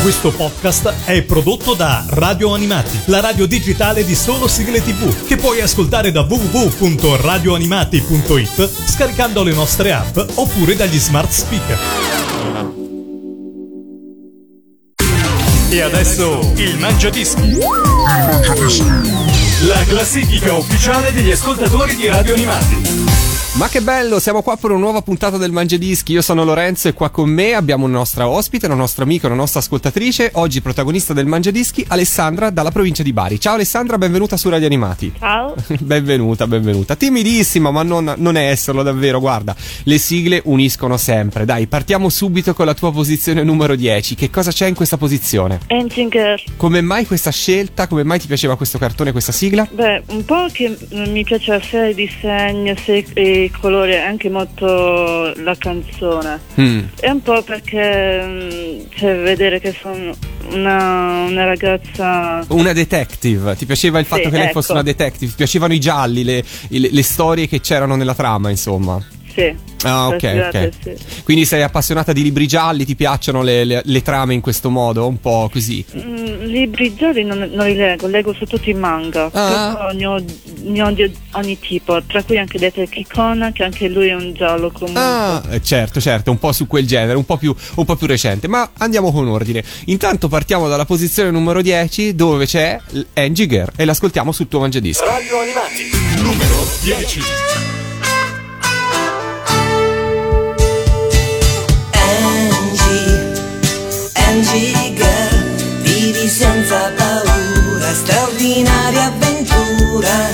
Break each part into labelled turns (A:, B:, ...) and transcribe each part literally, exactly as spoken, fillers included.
A: Questo podcast è prodotto da Radio Animati, la radio digitale di solo sigle tivù, che puoi ascoltare da w w w punto radio animati punto i t scaricando le nostre app oppure dagli smart speaker. E adesso il Mangiadischi. La classifica ufficiale degli ascoltatori di Radio Animati.
B: Ma che bello, siamo qua per una nuova puntata del Mangiadischi. Io sono Lorenzo e qua con me abbiamo una nostra ospite, una nostra amica, una nostra ascoltatrice, oggi protagonista del Mangiadischi, Alessandra dalla provincia di Bari. Ciao Alessandra, benvenuta su Radio Animati.
C: Ciao.
B: benvenuta, benvenuta. Timidissima, ma non, non è esserlo davvero, guarda, le sigle uniscono sempre. Dai, partiamo subito con la tua posizione numero dieci. Che cosa c'è in questa posizione?
C: Engine Girl.
B: Come mai questa scelta? Come mai ti piaceva questo cartone, questa sigla?
C: Beh, un po' che mi piace la serie di disegno e il colore, anche molto la canzone. Mm. E un po' perché cioè, vedere che sono una, una ragazza,
B: una detective. Ti piaceva il fatto sì, che lei
C: ecco.
B: fosse una detective? Ti piacevano i gialli, le, le, le storie che c'erano nella trama, insomma?
C: Sì.
B: Ah, ok, ok. Sì. Quindi sei appassionata di libri gialli, ti piacciono le, le, le trame in questo modo, un po' così?
C: Mm, libri gialli non, non li leggo, leggo su tutti i manga.
B: Ah.
C: Ne ho, ne ho di ogni tipo, tra cui anche Detective Conan, che anche lui è un giallo comunque.
B: Ah, certo, certo, un po' su quel genere, un po' più, un po' più recente. Ma andiamo con ordine. Intanto partiamo dalla posizione numero dieci, dove c'è Angie Girl, e l'ascoltiamo sul tuo Mangiadischi.
A: Radio Animati, numero dieci.
D: Angie Girl, vivi senza paura, straordinaria avventura.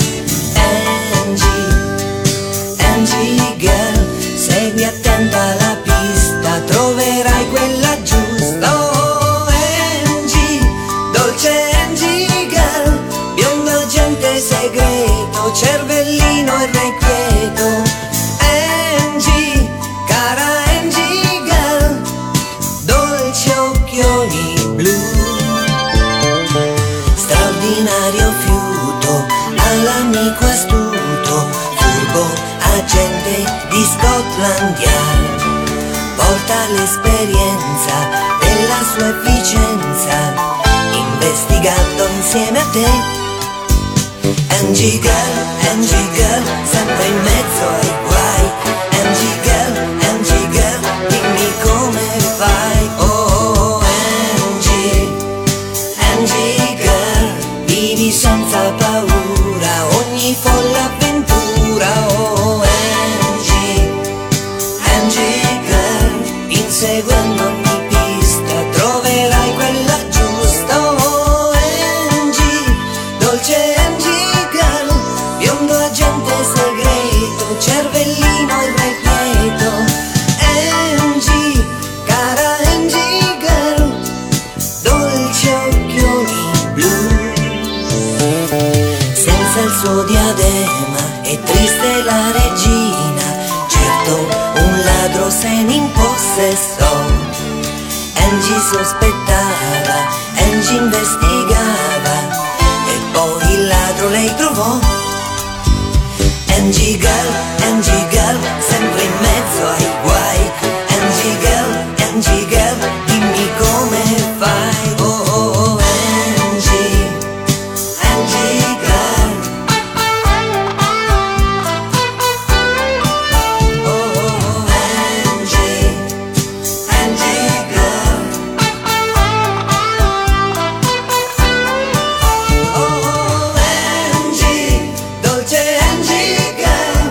D: Angie, Angie Girl, segui attenta la pista, troverai quella giusta. Oh Angie, dolce Angie Girl, biondo agente segreto, cervellino irrequieto. Angie, cara Angie Girl, dolce occhioni blu, straordinario fiuto, all'amico astuto, furbo agente di Scotland Yard, porta l'esperienza della sua efficienza, investigando insieme a te. Angie Girl, Angie Girl, sempre in mezzo ai guai. Angie Girl, Angie Girl, dimmi come fai. Oh Angie, Angie Girl, vivi senza paura ogni folle avventura. Oh Angie, Angie Girl, inseguendo ogni pista troverai quella giusta. Oh Angie, dolce Angie Girl, biondo agente segreto, cervellino irrequieto. Angie, cara Angie Girl, dolce occhioni blu. Senza il suo diadema è triste la regina, certo un ladro se ne impossessò. Angie sospettava, Angie investigava e poi il ladro lei trovò. Angie Girl, Angie Girl, sempre in mezzo ai guai. Angie Girl, Angie Girl, dimmi come fai. Oh, oh, oh Angie, Angie Girl. Oh, oh, oh Angie, Angie Girl. Oh, oh Angie, dolce Angie Girl.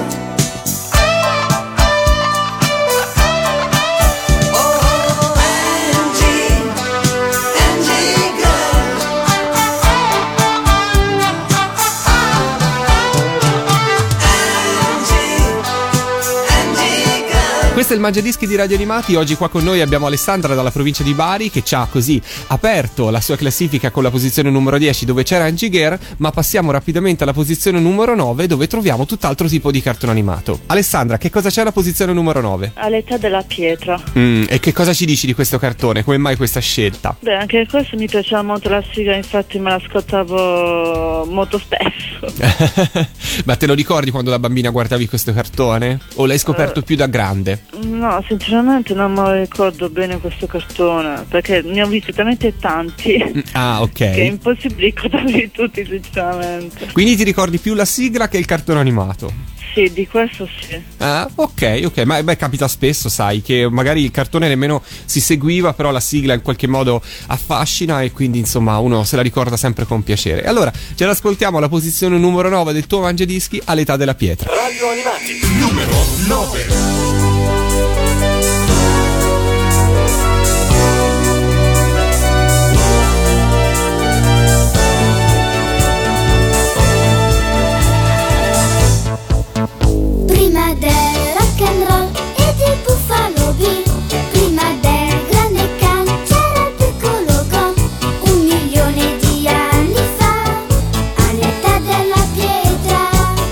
D: Oh Angie, Angie Girl. Angie, Angie Girl.
B: Questo è il Mangiadischi di Radio Animati. Oggi qua con noi abbiamo Alessandra dalla provincia di Bari, che ci ha così aperto la sua classifica con la posizione numero dieci, dove c'era Angie Girl, ma passiamo rapidamente alla posizione numero nove, dove troviamo tutt'altro tipo di cartone animato. Alessandra, che cosa c'è alla posizione numero nove?
C: All'età della pietra.
B: Mm, e che cosa ci dici di questo cartone? Come mai questa scelta?
C: Beh, anche questo mi piaceva molto la sigla, infatti me l'ascoltavo molto spesso.
B: Ma te lo ricordi quando da bambina guardavi questo cartone? O l'hai scoperto
C: Uh,
B: più da grande?
C: No, sinceramente non me lo ricordo bene questo cartone, perché ne ho visti talmente tanti.
B: Ah, ok.
C: Che è impossibile ricordarli tutti, sinceramente.
B: Quindi ti ricordi più la sigla che il cartone animato?
C: Sì, di questo sì.
B: Ah, ok, ok, ma beh, capita spesso, sai, che magari il cartone nemmeno si seguiva, però la sigla in qualche modo affascina e quindi insomma uno se la ricorda sempre con piacere. Allora, ce l'ascoltiamo alla posizione numero nove del tuo Mangiadischi, all'età della pietra.
E: Radio Animati, numero nove.
F: Prima del rock and roll e del Buffalo Bill, prima del grande can c'era il piccolo Gon, un milione di anni fa, all'età della pietra.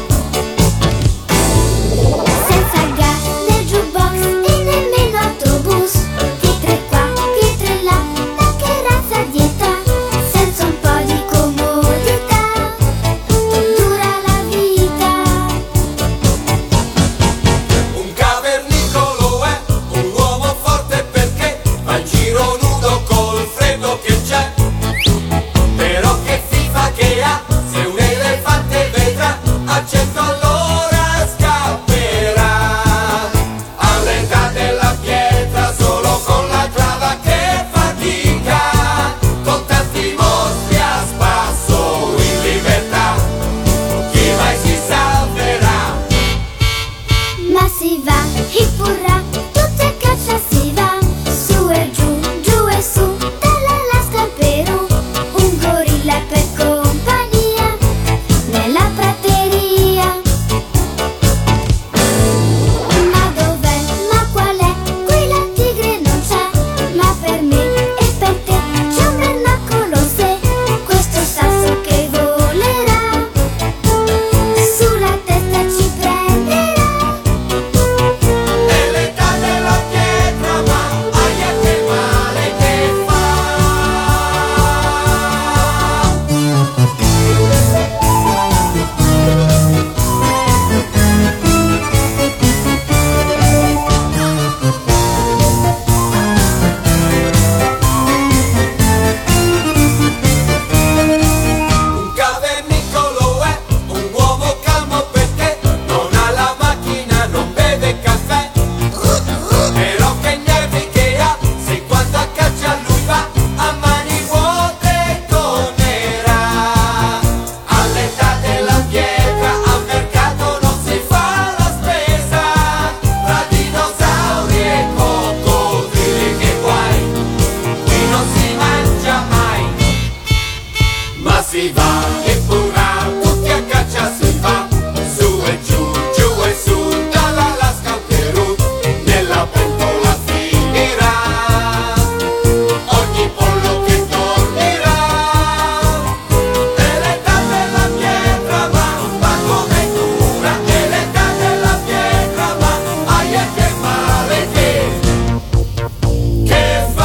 F: Senza gas né jukebox e nemmeno autobus, pietre qua, pietre là, ma che razza di età, senza un po' di comodità, dura la vita.
G: Un cavernicolo è un uomo forte perché va in giro nudo col freddo che c'è. Però che FIFA che ha, se un elefante vedrà, accetto allora scapperà. All'età della pietra solo con la clava che fatica, con tanti mostri a spasso in libertà, chi mai si salverà?
F: Ma si va, hip hurra, tutti a caccia si va, su e giù, giù e su, dall'Alaska al Perù, un gorilla per compagnia, nella prateria. Ma dov'è, ma qual è, qui la tigre non c'è, ma per me e per te c'è un bernacolo se, questo sasso che volerà, sulla testa ci prenderà.
G: È l'età della pietra, ma aia che male che fa. Un cavernicolo è un uomo calmo perché non ha la macchina, non beve caffè. Però che nervi che ha, se quando a caccia lui va, a mani vuote tornerà. All'età della pietra, al mercato non si fa la spesa, tra dinosauri e coccodrilli che guai, qui non si mangia mai. Ma si va e pura, tutti a caccia si va, su e giù, giù e su, dall'Alaska al Perù, nella pentola finirà, ogni pollo che dormirà. È l'età della pietra, ma va come dura, è l'età della pietra, ma aia che male che, che fa.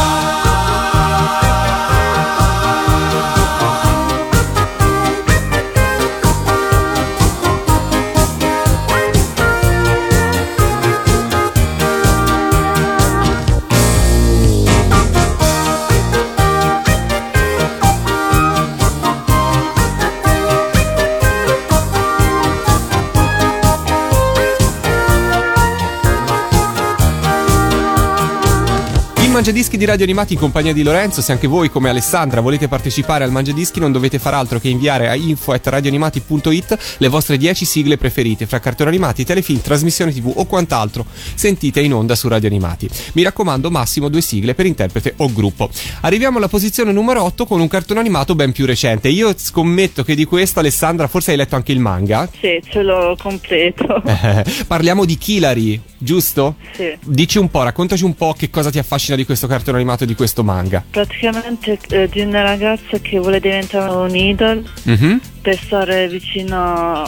B: Il Mangiadischi di Radio Animati in compagnia di Lorenzo. Se anche voi come Alessandra volete partecipare al Mangiadischi, non dovete far altro che inviare a info at radioanimati punto it le vostre dieci sigle preferite fra cartoni animati, telefilm, trasmissioni tv o quant'altro sentite in onda su Radio Animati. Mi raccomando, massimo due sigle per interprete o gruppo. Arriviamo alla posizione numero otto con un cartone animato ben più recente. Io scommetto che di questo, Alessandra, forse hai letto anche il manga?
C: Sì, ce l'ho completo.
B: Eh, parliamo di Killary, giusto?
C: Sì.
B: Dici un po', raccontaci un po' che cosa ti affascina di questo cartone animato, di questo manga.
C: Praticamente eh, di una ragazza che vuole diventare un idol
B: Mhm.
C: per stare vicino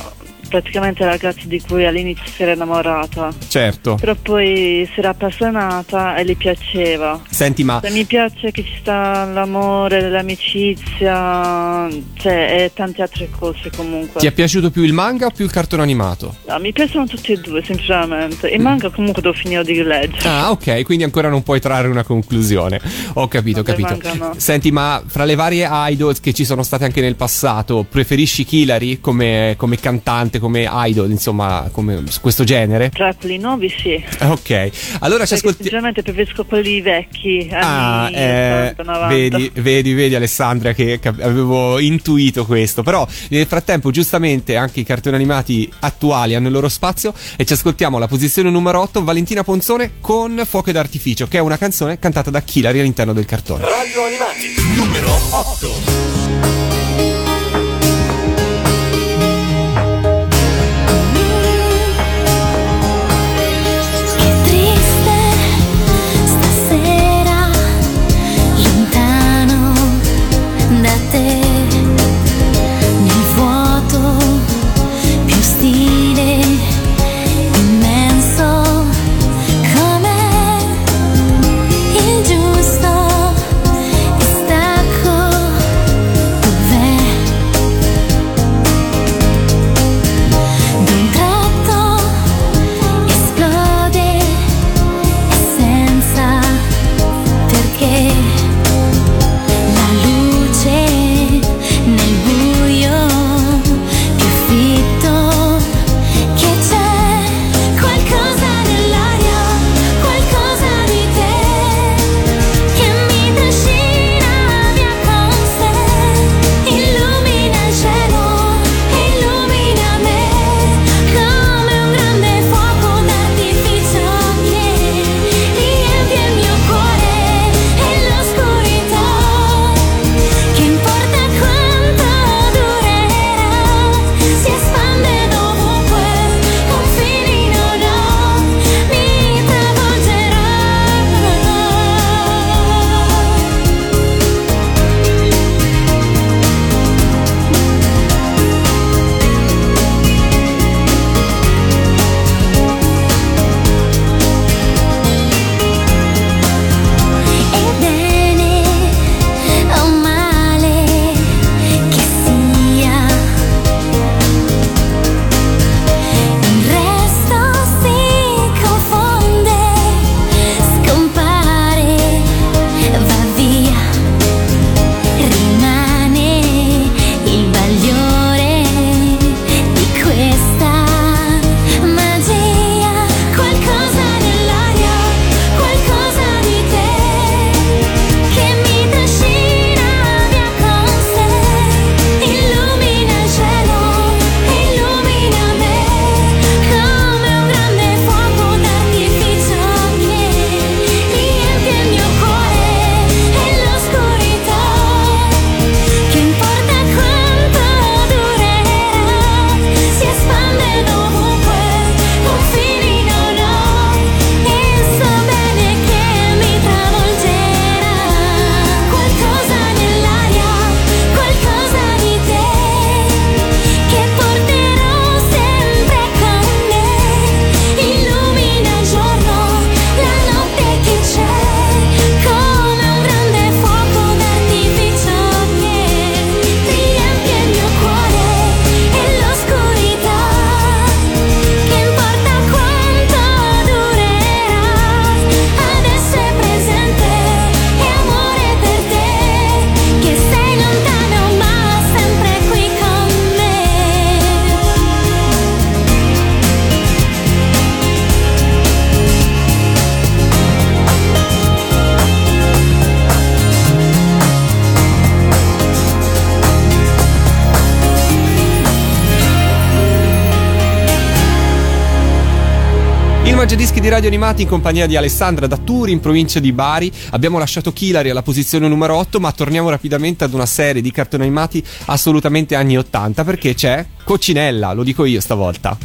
C: praticamente il ragazzo di cui all'inizio si era innamorata.
B: Certo.
C: Però poi si era appassionata e gli piaceva.
B: Senti, ma
C: mi piace che ci sta l'amore, l'amicizia, cioè e tante altre cose comunque.
B: ti è piaciuto più il manga o più il cartone animato?
C: No, mi piacciono tutti e due, sinceramente. Il manga comunque devo finire di leggere.
B: Ah, ok, quindi ancora non puoi trarre una conclusione. Ho capito, ho
C: No,
B: capito.
C: manga no.
B: Senti, ma fra le varie idols che ci sono state anche nel passato, preferisci Hilary come, come cantante, come idol, insomma, come questo genere?
C: Tra quelli nuovi sì.
B: Ok, allora ci
C: Perché
B: ascolti.
C: sinceramente preferisco quelli vecchi.
B: Ah,
C: Anni
B: eh,
C: ottanta, novanta.
B: vedi, vedi, vedi Alessandra che cap- avevo intuito questo. Però nel frattempo giustamente anche i cartoni animati attuali hanno il loro spazio e ci ascoltiamo la posizione numero otto, Valentina Ponzone con Fuoco d'artificio, che è una canzone cantata da Hilary all'interno del cartone.
E: Radio Animati, numero otto.
B: Mangiadischi di Radio Animati in compagnia di Alessandra da Turi in provincia di Bari. Abbiamo lasciato Hilary alla posizione numero otto, ma torniamo rapidamente ad una serie di cartoni animati assolutamente anni ottanta, perché c'è Coccinella, lo dico io stavolta.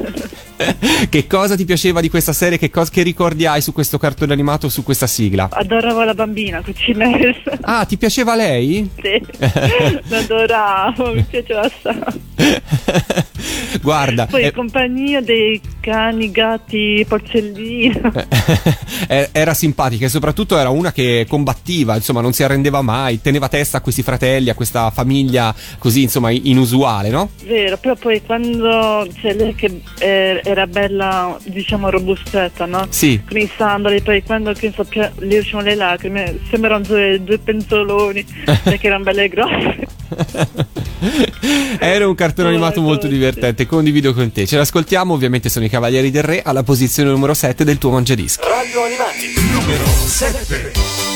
B: Che cosa ti piaceva di questa serie? Che, cosa, che ricordi hai su questo cartone animato, su questa sigla?
C: Adoravo la bambina Coccinella.
B: Ah, ti piaceva lei?
C: Sì, l'adoravo, mi piaceva assai.
B: Guarda,
C: Poi
B: eh,
C: compagnia dei cani, gatti, porcellino.
B: eh, era simpatica e soprattutto era una che combattiva, insomma, non si arrendeva mai, teneva testa a questi fratelli, a questa famiglia così, insomma, inusuale, no?
C: Vero, però poi quando c'è lei che eh, era bella, diciamo, robustetta, no?
B: Sì.
C: Con i sandali, poi quando che so, pia- le uscivano le lacrime, sembrano due, due penzoloni, perché erano belle e grosse.
B: Era un cartone
C: Oh,
B: animato molto
C: sì.
B: divertente, condivido con te. Ce l'ascoltiamo, ovviamente sono i Cavalieri del Re alla posizione numero sette del tuo mangiadischi.
E: Radio Animati, numero sette.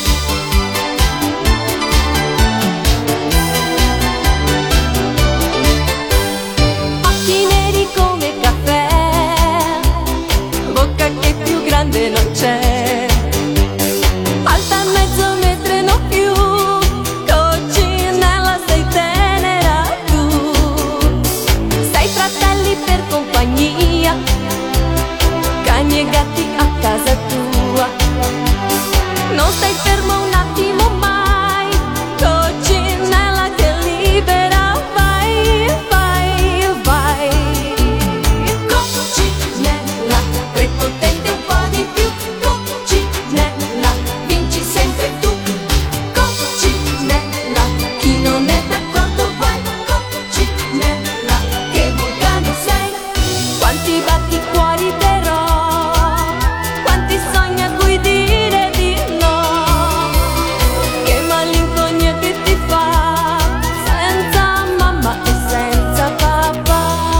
H: Occhi neri come caffè, bocca che più grande non c'è, alta mezzo metro e non più, coccinella sei tenera tu, sei fratelli per compagnia, cani e gatti a casa tua, non stai fermo un attimo mai, coccinella che libera, vai, vai, vai. Coccinella, prepotente un po' di più, coccinella, vinci sempre tu, coccinella, chi non è d'accordo guai, coccinella, che vulcano sei, quanti batti cuori però, quanti sogni a cui dire di no, che malinconia che ti fa, senza mamma e senza papà.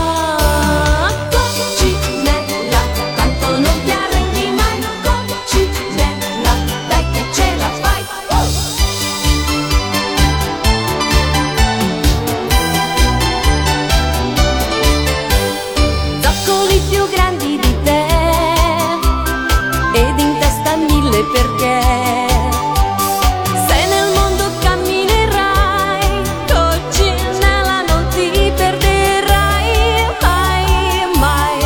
H: Coccinella, tanto non ti arrendi mai, coccinella, dai che ce la fai. Zoccoli più grandi di te ed in testa mille perché, se nel mondo camminerai, coccinella non ti perderai mai, mai.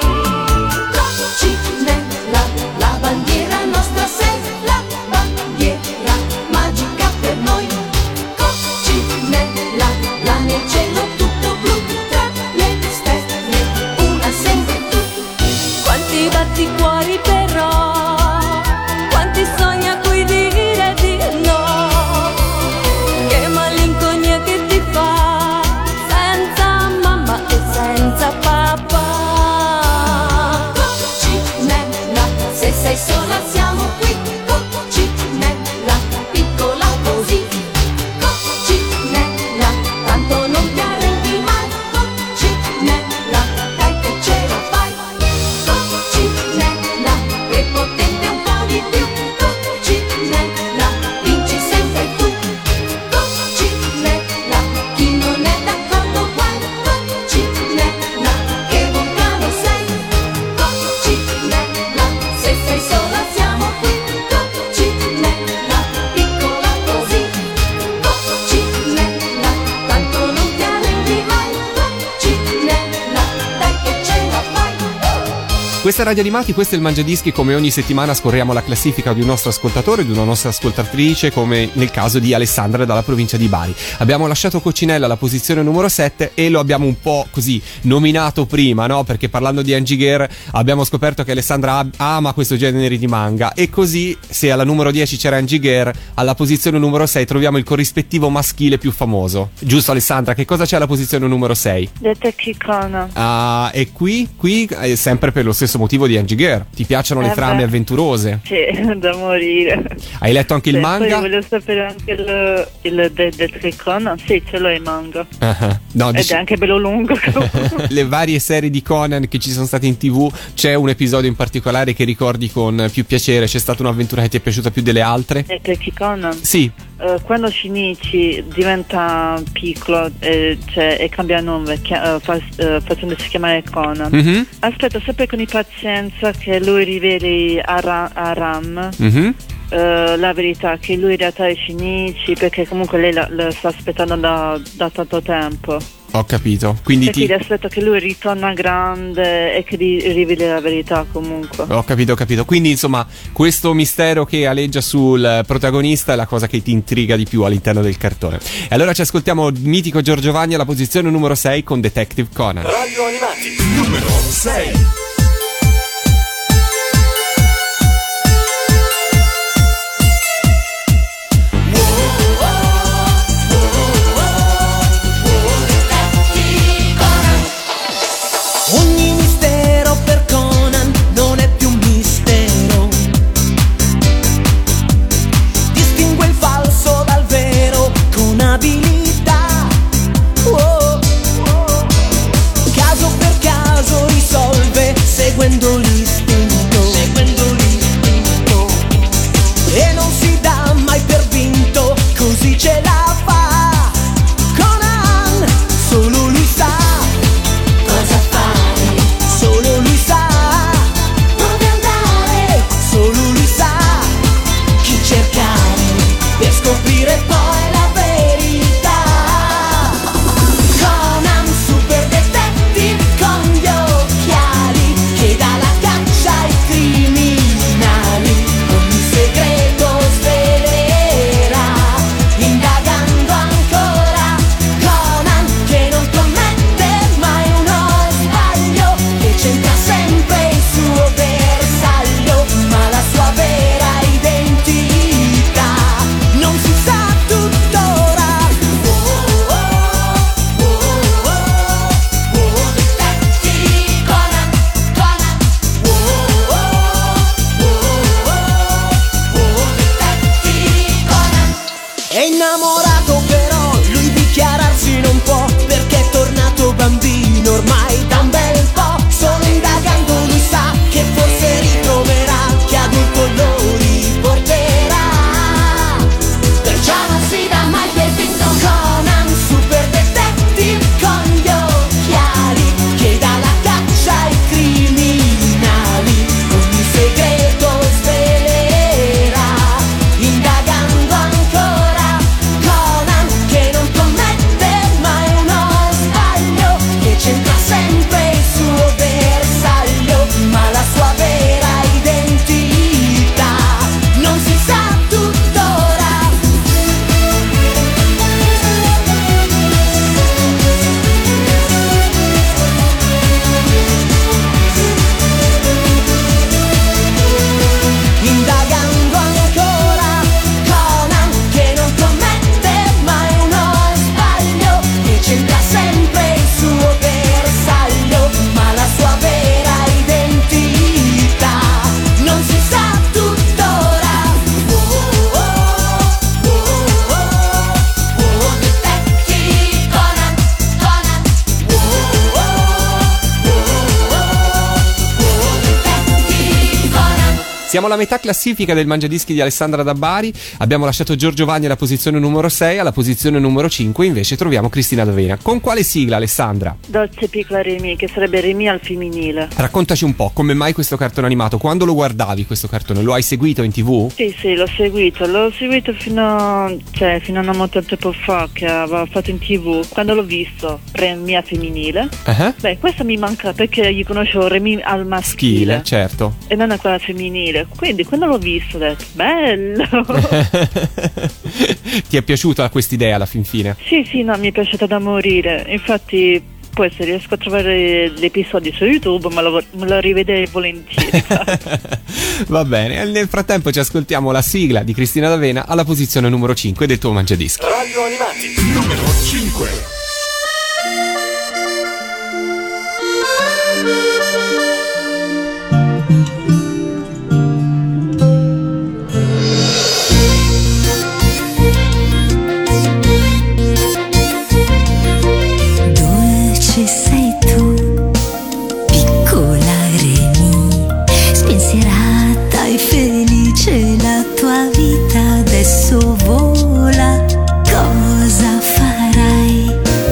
H: Coccinella, la bandiera nostra sei, la bandiera magica per noi. Coccinella, là nel cielo tutto blu, tra le stelle una sempre tu. Quanti batti cuori però, quanti sogni a cui dire di no, che malinconia che ti fa, senza mamma e senza papà. Coccinella, se sei sola siamo qui, coccinella, piccola così, coccinella, tanto non ti arrendi mai, coccinella, dai che ce la fai, coccinella, prepotente un po' di più, coccinella, vinci sempre tu, coccinella, chi non è d'accordo guai, coccinella, che vulcano sei, coccinella, se sei sola siamo qui, coccinella, piccola così, coccinella, tanto non ti arrendi mai, coccinella, dai che ce la fai.
B: Questa è Radio Animati, questo è il Mangiadischi. Come ogni settimana scorriamo la classifica di un nostro ascoltatore, di una nostra ascoltatrice, come nel caso di Alessandra dalla provincia di Bari. Abbiamo lasciato Coccinella alla posizione numero sette e lo abbiamo un po' così nominato prima, no? Perché parlando di Angie Gher abbiamo scoperto che Alessandra ab- ama questo genere di manga, e così se alla numero dieci c'era Angie Gher, alla posizione numero sei troviamo il corrispettivo maschile più famoso. Giusto Alessandra? Che cosa c'è alla posizione numero sei?
C: Detective Conan.
B: Ah, e qui, qui è sempre per lo stesso motivo di Angie Gher. Ti piacciono le
C: Eh
B: trame
C: beh.
B: avventurose?
C: Sì, da morire.
B: Hai letto anche il
C: Sì,
B: manga?
C: Poi voglio sapere anche il, il de- Detective Conan. Sì, ce l'ho il manga.
B: Ah, no,
C: Ed
B: dici-
C: è anche bello lungo.
B: le varie serie di Conan che ci sono state in tv, c'è un episodio in particolare che ricordi con più piacere? C'è stata un'avventura che ti è piaciuta più delle altre?
C: Detective Conan.
B: Sì.
C: Eh, quando Shinichi diventa piccolo eh, cioè, e cambia nome chia- eh, fa- eh, facendosi chiamare Conan,
B: Mhm.
C: aspetta sempre con pazienza che lui riveli a, Ra- a Ram
B: Mhm.
C: eh, la verità, che lui in realtà è Shinichi, perché comunque lei la, la sta aspettando da, da tanto tempo.
B: Ho capito. Quindi
C: e
B: ti...
C: quindi aspetto che lui ritorna grande e che ri- riveli la verità comunque.
B: Ho capito, ho capito. Quindi insomma questo mistero che aleggia sul protagonista è la cosa che ti intriga di più all'interno del cartone. E allora ci ascoltiamo il mitico Giorgio Vanni alla posizione numero sei con Detective Conan.
E: Radio Animati numero sei.
I: Ogni mistero per Conan non è più un mistero. Distingue il falso dal vero con abilità. Oh. Caso per caso risolve seguendo l'istinto. Seguendo l'istinto. E non si dà mai per vinto, così ce la fa. Conan, solo lui sa cosa fare, solo lui sa dove andare, solo lui sa chi cercare per scoprire poi la verità. Conan, super detective con gli occhiali, che dà la caccia ai criminali, ogni segreto svelerà, indagando ancora. Conan, che non commette mai uno sbaglio, che c'entra sempre il suo bersaglio, ma la sua vera identità non si sa tuttora. Oh, oh, oh, oh, oh, Detective Conan, Conan. Oh, oh, oh, oh, oh, Detective Conan. È innamorato però lui dichiararsi non può, perché è tornato bambino ormai da un bel po'. Solo indagando lui sa che forse ritroverà, che adulto lo riporterà. Perciò non si dà mai per vinto. Conan, super detective con gli occhiali, che dà la caccia ai criminali, ogni segreto svelerà, indagando ancora. Conan, che non commette mai uno sbaglio, che c'entra sempre il suo bersaglio, ma la sua vera identità non si sa tuttora. Indagando ancora. Conan, che non commette mai uno sbaglio, che c'entra sempre il suo bersaglio, ma la sua vera identità non si sa tuttora. Oh, oh, oh, oh, oh, Detective Conan, Conan. Oh, oh, oh, oh, oh, Detective Conan.
B: Siamo alla metà classifica del Mangiadischi di Alessandra da Bari. Abbiamo lasciato Giorgio Vanni alla posizione numero sei, alla posizione numero cinque invece troviamo Cristina D'Avena. Con quale sigla, Alessandra?
C: Dolce piccola Remy, che sarebbe Remy al femminile.
B: Raccontaci un po', come mai questo cartone animato? Quando lo guardavi questo cartone? Lo hai seguito in tv?
C: Sì, sì, l'ho seguito, l'ho seguito fino a, cioè, fino a non molto tempo fa, che aveva fatto in tv. Quando l'ho visto, Remy al femminile,
B: Uh-huh.
C: beh, questo mi manca perché io conoscevo Remy al maschile
B: Schile, certo.
C: e non a quella femminile. Quindi quando l'ho visto ho detto, bello!
B: Ti è piaciuta quest'idea alla fin fine?
C: Sì, sì, no, mi è piaciuta da morire. Infatti, poi se riesco a trovare gli episodi su YouTube me lo, me lo rivedrei volentieri.
B: Va bene, e nel frattempo ci ascoltiamo la sigla di Cristina D'Avena alla posizione numero cinque del tuo Mangiadischi.
E: Radio Animati numero cinque.
J: Dolce sei tu, piccola Remy, spensierata e felice la tua vita adesso vola. Cosa farai?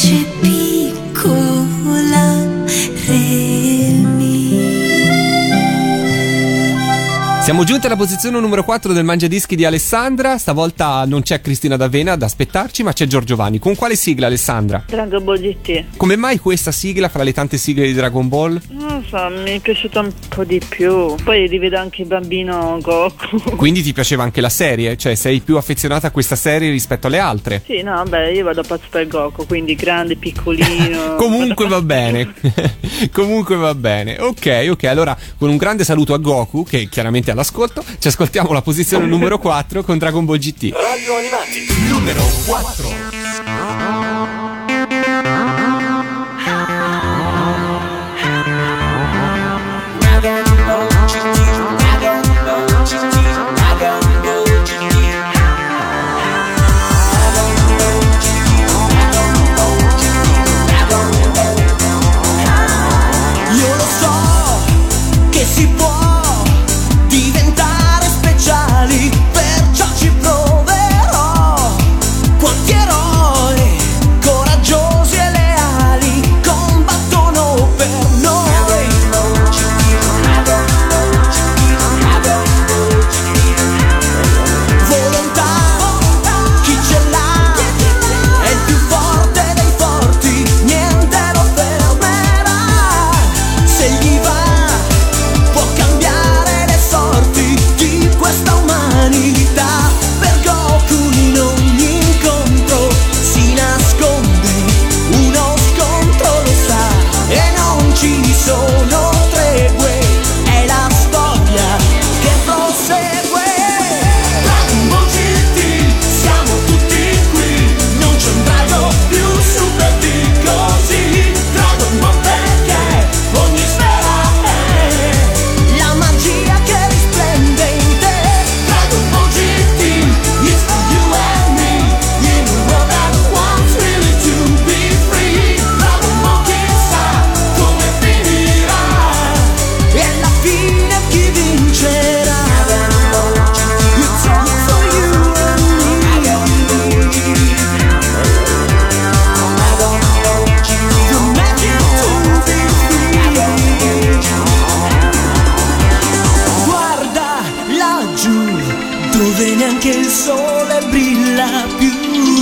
J: voce piccola, re mi.
B: Siamo giunti alla posizione numero quattro del Mangiadischi di Alessandra. Stavolta non c'è Cristina D'Avena ad aspettarci, ma c'è Giorgio Vanni. Con quale sigla, Alessandra?
C: Dragon Ball G T.
B: Come mai questa sigla fra le tante sigle di Dragon Ball?
C: Non so, mi è piaciuta un po' di più. Poi rivedo anche il bambino Goku.
B: Quindi ti piaceva anche la serie? Cioè sei più affezionata a questa serie rispetto alle altre?
C: Sì, no, vabbè, io vado pazzo per Goku, quindi grande, piccolino.
B: Comunque va bene. Comunque va bene. Ok, ok, allora con un grande saluto a Goku, che chiaramente è all'ascolto, ci ascoltiamo la posizione numero quattro con Dragon Ball G T.
E: Radio Animati numero quattro.
I: Io lo so che si può diventare speciali, perciò ci proverò. Quanti eroi coraggiosi e leali combattono per noi. Volontà, chi ce l'ha è il più forte dei forti, niente lo fermerà. Se gli va può cambiare le sorti di questa umanità. Per Goku in ogni incontro si nasconde uno scontro, lo sa, e non ci sono tregue, è la storia che prosegue. Dragon Ball G T, siamo tutti qui, non c'è un drago più super di così. Dragon Ball perché ogni sfera è la magia che risplende in te. Dragon Ball G T, it's for you and me, in a world that wants really to be free. Dragon Ball chissà come finirà, e alla fine chi vincerà. It's all for you and me. The magic to be free. Guarda laggiù, dove neanche il sole brilla più.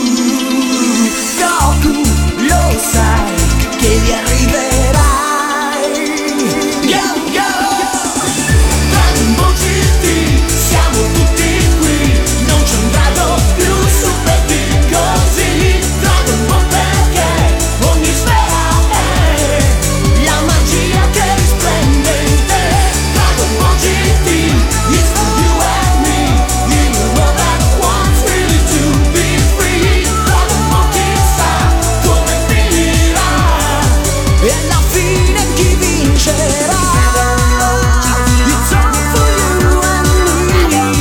I: Goku, lo sai che vi arriverai. Go, go! Dragon Ball G T, siamo tutti qui, non c'è un drago più super di così. Dragon Ball perché ogni sfera è la magia che risplende in te. Dragon Ball G T, it's for you and me, in a world that wants really to be free. Dragon Ball chissà come finirà, e alla fine chi vincerà. It's all for you and me.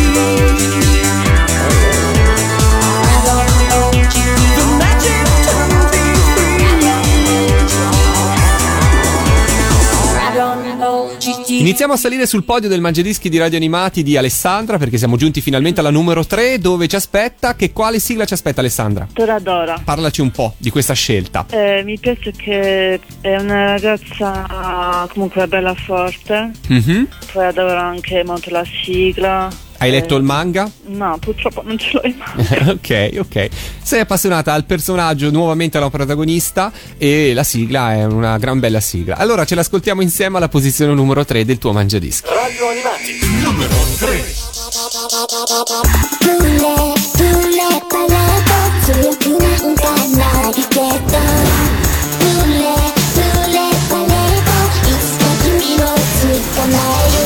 I: The magic to be free.
B: Iniziamo a salire sul podio del Mangiadischi di Radio Animati di Alessandra, perché siamo giunti finalmente alla numero tre, dove ci aspetta. Che quale sigla ci aspetta, Alessandra?
C: Toradora.
B: Parlaci un po' di questa scelta.
C: Eh, mi piace che è una ragazza comunque bella forte,
B: Mhm.
C: poi adoro anche molto la sigla.
B: Hai letto
C: Eh,
B: il manga?
C: No, purtroppo non ce l'ho in mano.
B: Ok, ok. Sei appassionata al personaggio, nuovamente alla protagonista, e la sigla è una gran bella sigla. Allora ce l'ascoltiamo insieme alla posizione numero tre del tuo Mangiadischi.
E: Radio Animati numero tre.
F: Pule, pule, paleto, sull'ultima un canale che do. Pule, pule, paleto, iska kimi no tsukanai.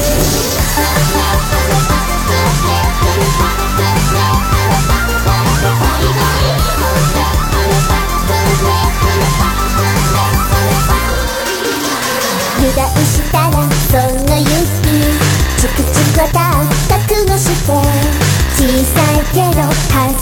F: Yuda ushitara, sono yuki, チクチクはた覚悟して小さいけど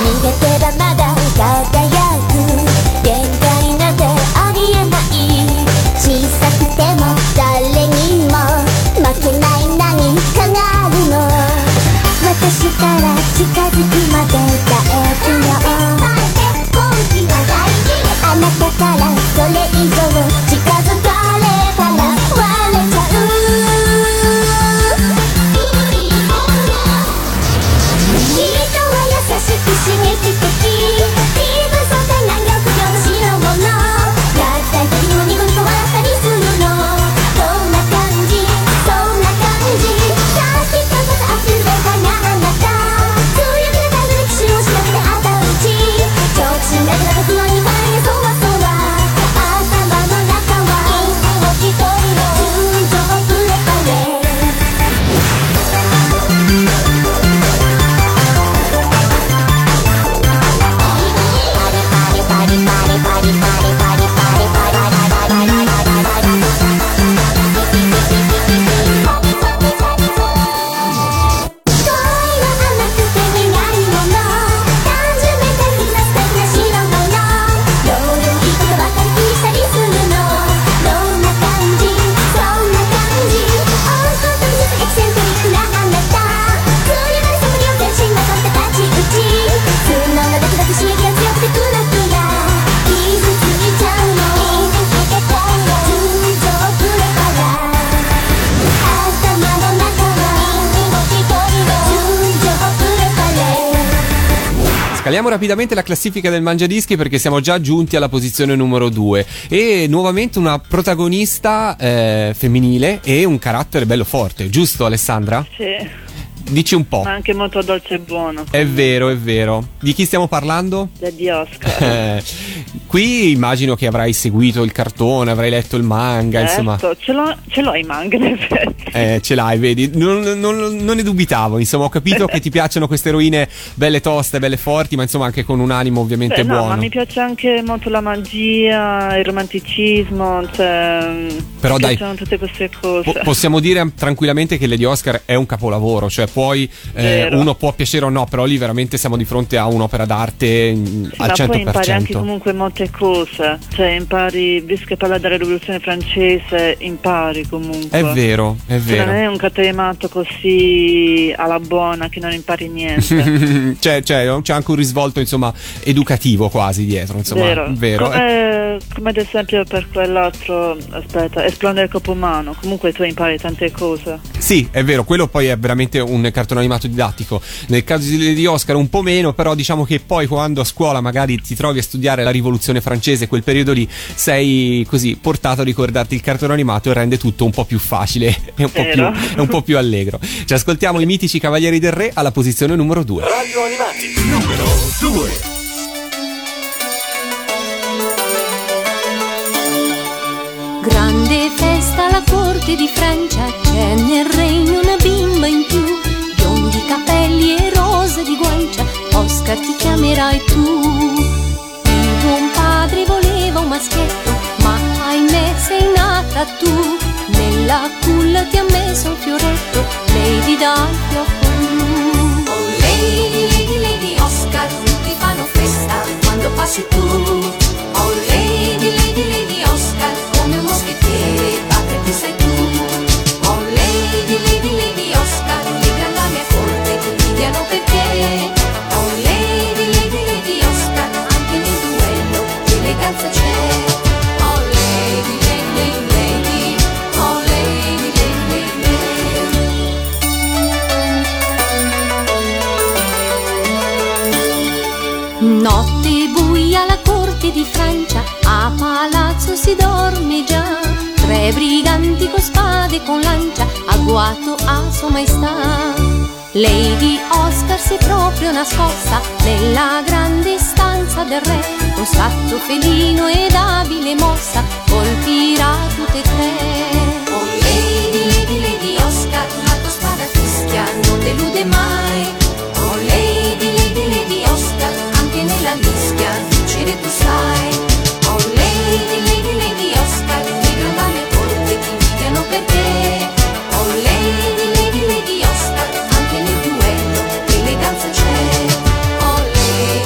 F: 逃げてばまだ輝く限界なんてありえない。小さくても誰にも負けない何かがあるの。私から近づくまで耐えるよ。あなたからそれ以上近づかれたら割れちゃう。君とは優しく刺激的。リーブ素材な抑揚の代物。やったい時にもニコニコ笑ったりするの。そんな感じそんな感じ。さっきからまた溢れたがあなた。強くなった歴史を調べてあたうち。直進だけだと不安に変えそうはそうは。頭の中は一人の純情プレパレ。
B: Scaliamo rapidamente la classifica del Mangiadischi perché siamo già giunti alla posizione numero due e nuovamente una protagonista eh, femminile e un carattere bello forte, giusto Alessandra?
C: Sì.
B: Dici un po'.
C: Ma anche molto dolce e buono.
B: È vero, è vero. Di chi stiamo parlando?
C: Di Oscar.
B: Eh, qui immagino che avrai seguito il cartone, avrai letto il manga,
C: Certo,
B: insomma.
C: ce l'ho, ce l'ho i manga in effetti.
B: Eh, ce l'hai, vedi? Non, non- non ne dubitavo, insomma, ho capito che ti piacciono queste eroine belle toste, belle forti, ma insomma anche con un animo ovviamente
C: Beh, no,
B: buono.
C: ma mi piace anche molto la magia, il romanticismo, cioè
B: Però
C: mi
B: dai,
C: piacciono tutte queste cose.
B: Po- possiamo dire tranquillamente che Lady Oscar è un capolavoro, cioè poi eh,
C: Vero.
B: uno può piacere o no, però lì veramente siamo di fronte a un'opera d'arte mm,
C: Sì,
B: al
C: ma
B: cento
C: poi
B: per
C: impari anche
B: cento.
C: comunque molte cose, cioè impari, visto che parla della rivoluzione francese, impari comunque.
B: È vero, è
C: Cioè, non
B: vero.
C: è un catemato così alla buona che non impari niente.
B: C'è, c'è, c'è anche un risvolto insomma educativo quasi dietro, insomma,
C: Vero,
B: vero. Eh,
C: Come, come ad esempio per quell'altro, aspetta, Esplodere il corpo umano, comunque tu impari tante cose.
B: Sì, è vero, quello poi è veramente un cartone animato didattico. Nel caso di Lady Oscar un po' meno, però diciamo che poi quando a scuola magari ti trovi a studiare la rivoluzione francese, quel periodo lì, sei così portato a ricordarti il cartone animato e rende tutto un po' più facile e un po' più,
C: Vero.
B: e un po' più allegro. Ci ascoltiamo i mitici Cavalieri del Re alla posizione numero due.
E: Radio Animati numero due.
H: Grande festa alla corte di Francia, c'è nel regno una bimba in più, biondi capelli e rose di guancia, Oscar ti chiamerai tu. Il buon padre voleva un maschietto, ma ahimè sei nata tu, nella culla ti ha messo un fioretto, Lady dal fiocco blu. Oh Lady, Lady, Lady Oscar, tutti fanno festa quando passi tu. Oh Lady, Lady, Lady Oscar, come un moschettiere, padre che sei tu. Oh Lady, Lady, Lady Oscar, le grandame a corte ti invidiano per te. Oh Lady, Lady, Lady Oscar, anche nel duello eleganza c'è. Oh Lady, Lady, Lady, oh Lady, Lady, Lady. Notte buia alla corte di Francia, a palazzo si dorme già. Tre briganti con spade e con lancia, agguato a sua maestà. Lady Oscar si è proprio nascosta nella grande stanza del re, con scatto felino ed abile mossa colpirà tutte e tre. Oh Lady, Lady, Lady Oscar, la tua spada fischia non delude mai. Oh Lady, Lady, Lady Oscar, anche nella mischia vincere tu sai. Oh Lady, Lady, Lady Oscar, le grandame a corte ti invidiano per te. Oh Lady, Lady, Lady Oscar, anche nel duello eleganza c'è. Oh Lady,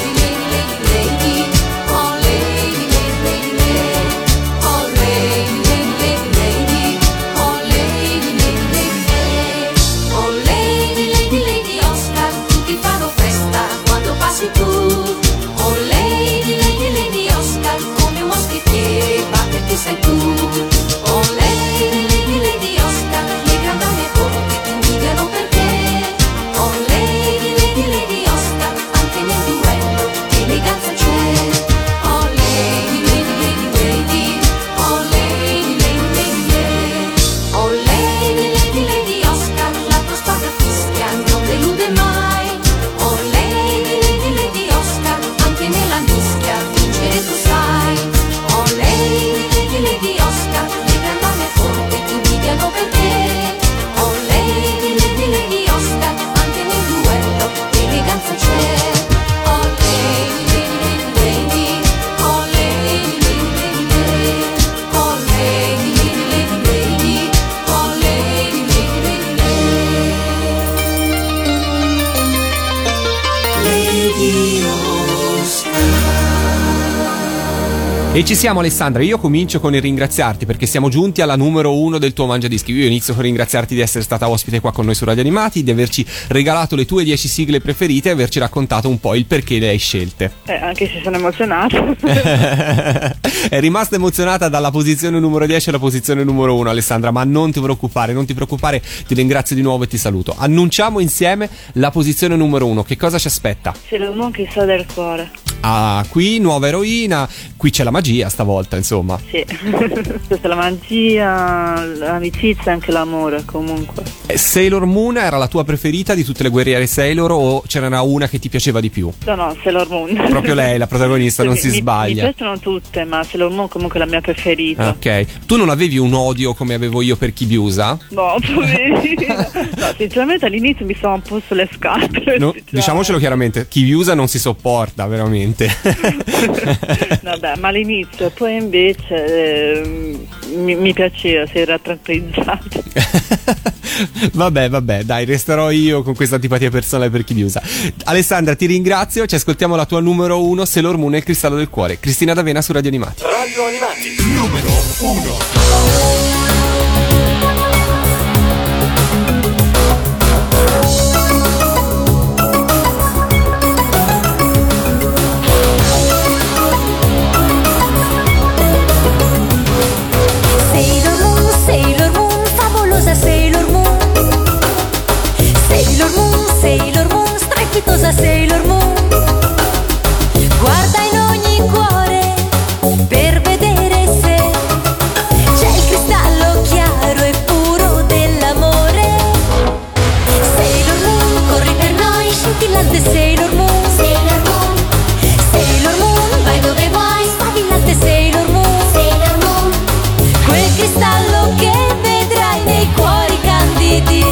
B: E ci siamo, Alessandra. Io comincio con il ringraziarti perché siamo giunti alla numero uno del tuo Mangiadischi. Io inizio con ringraziarti di essere stata ospite qua con noi su Radio Animati, di averci regalato le tue dieci sigle preferite e averci raccontato un po' il perché le hai scelte.
C: Eh, anche se sono emozionata.
B: È rimasta emozionata dalla posizione numero dieci alla posizione numero uno, Alessandra, ma non ti preoccupare, non ti preoccupare, ti ringrazio di nuovo e ti saluto. Annunciamo insieme la posizione numero uno. Che cosa ci aspetta?
C: C'è l'uomo che sa del cuore.
B: Ah, qui nuova eroina, qui c'è la magia stavolta, insomma.
C: Sì, questa è la magia, l'amicizia e anche l'amore comunque.
B: Eh, Sailor Moon era la tua preferita di tutte le guerriere Sailor o c'era una che ti piaceva di più?
C: No, no, Sailor Moon.
B: Proprio lei, la protagonista, non
C: mi,
B: si sbaglia.
C: Mi piacciono tutte, ma Sailor Moon comunque è la mia preferita.
B: Ok, tu non avevi un odio come avevo io per Kibiusa?
C: No, poverina. No, sinceramente all'inizio mi stava un po' sulle scatole.
B: No, diciamocelo chiaramente, Kibiusa non si sopporta veramente.
C: Vabbè, ma all'inizio, poi invece eh, mi, mi piaceva, si era tranquillizzato.
B: Vabbè, vabbè, dai, resterò io con questa antipatia personale per Kibiusa. Alessandra, ti ringrazio, ci ascoltiamo la tua numero uno, Sailor Moon e il cristallo del cuore. Cristina D'Avena su Radio Animati.
E: Radio Animati, numero uno.
H: Sailor Moon, Sailor Moon, strepitosa Sailor Moon. Guarda in ogni cuore per vedere se c'è il cristallo chiaro e puro dell'amore. Sailor Moon, corri per noi, scintillante Sailor Moon. Sailor Moon, Sailor Moon, vai dove vuoi, sfavillante Sailor Moon. Sailor Moon, quel cristallo che vedrai nei cuori candidi.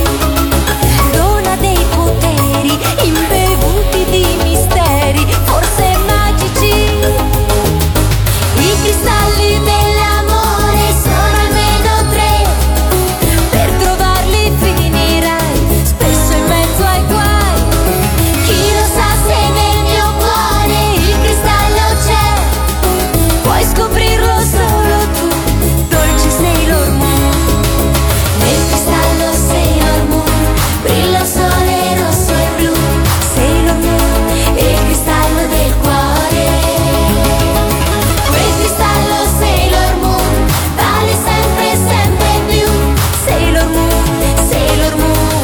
H: Imbevuti di misteri, forse magici. I cristalli dell'amore sono almeno tre. Per trovarli finirai spesso in mezzo ai guai. Chi lo sa se nel mio cuore il cristallo c'è? Puoi scoprirlo solo tu, dolce Sailor Moon. Nel cristallo Sailor Moon brilla il sole rosso e blu. Sailor Moon, il cristallo del cuore. Quel cristallo Sailor Moon vale sempre, sempre più. Sailor Moon, Sailor Moon.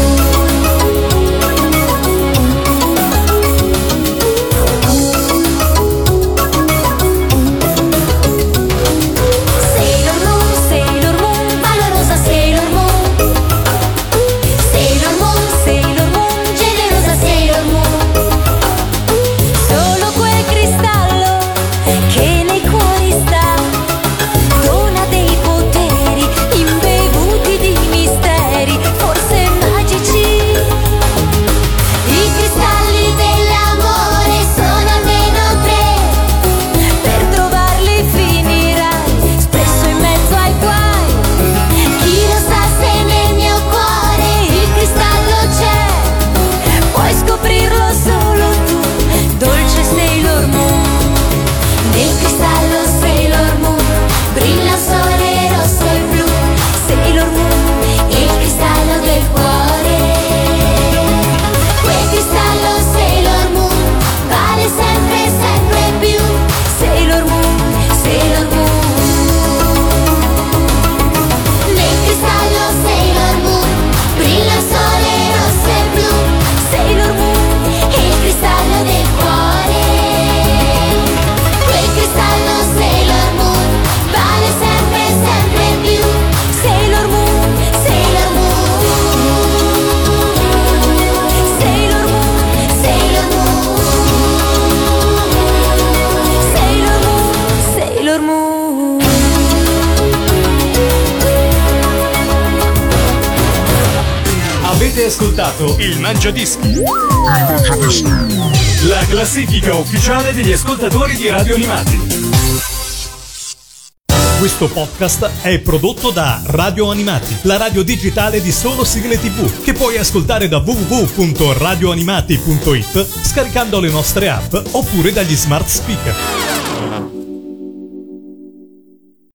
H: Sailor Moon, Sailor Moon, valorosa Sailor Moon. Sailor Moon, Sailor Moon, generosa Sailor Moon. Solo quel cristallo che nei cuori sta dona dei poteri imbevuti di misteri, forse magici. I cristalli dell'amore sono almeno tre. Per trovarli finirai spesso in mezzo ai guai. Chi lo sa se nel mio cuore il cristallo c'è? Puoi scoprirlo solo tu, dolce Sailor Moon. Nel cristallo Sailor Moon brilla il sole rosso e blu. Sailor Moon, il cristallo del cuore. Quel cristallo Sailor Moon vale sempre, sempre più. Sailor Moon, Sailor Moon. Nel cristallo Sailor Moon brilla il sole rosso e blu. Sailor Moon, il cristallo del cuore. Quel cristallo Sailor Moon vale sempre, sempre più. Sailor Moon, Sailor Moon. Sailor Moon, Sailor Moon. Sailor Moon, Sailor Moon.
A: Avete ascoltato il Mangiadischi, la classifica ufficiale degli ascoltatori di Radio Animati. Questo podcast è prodotto da Radio Animati, la radio digitale di solo sigle tivù, che puoi ascoltare da w w w punto radio animati punto it scaricando le nostre app oppure dagli smart speaker.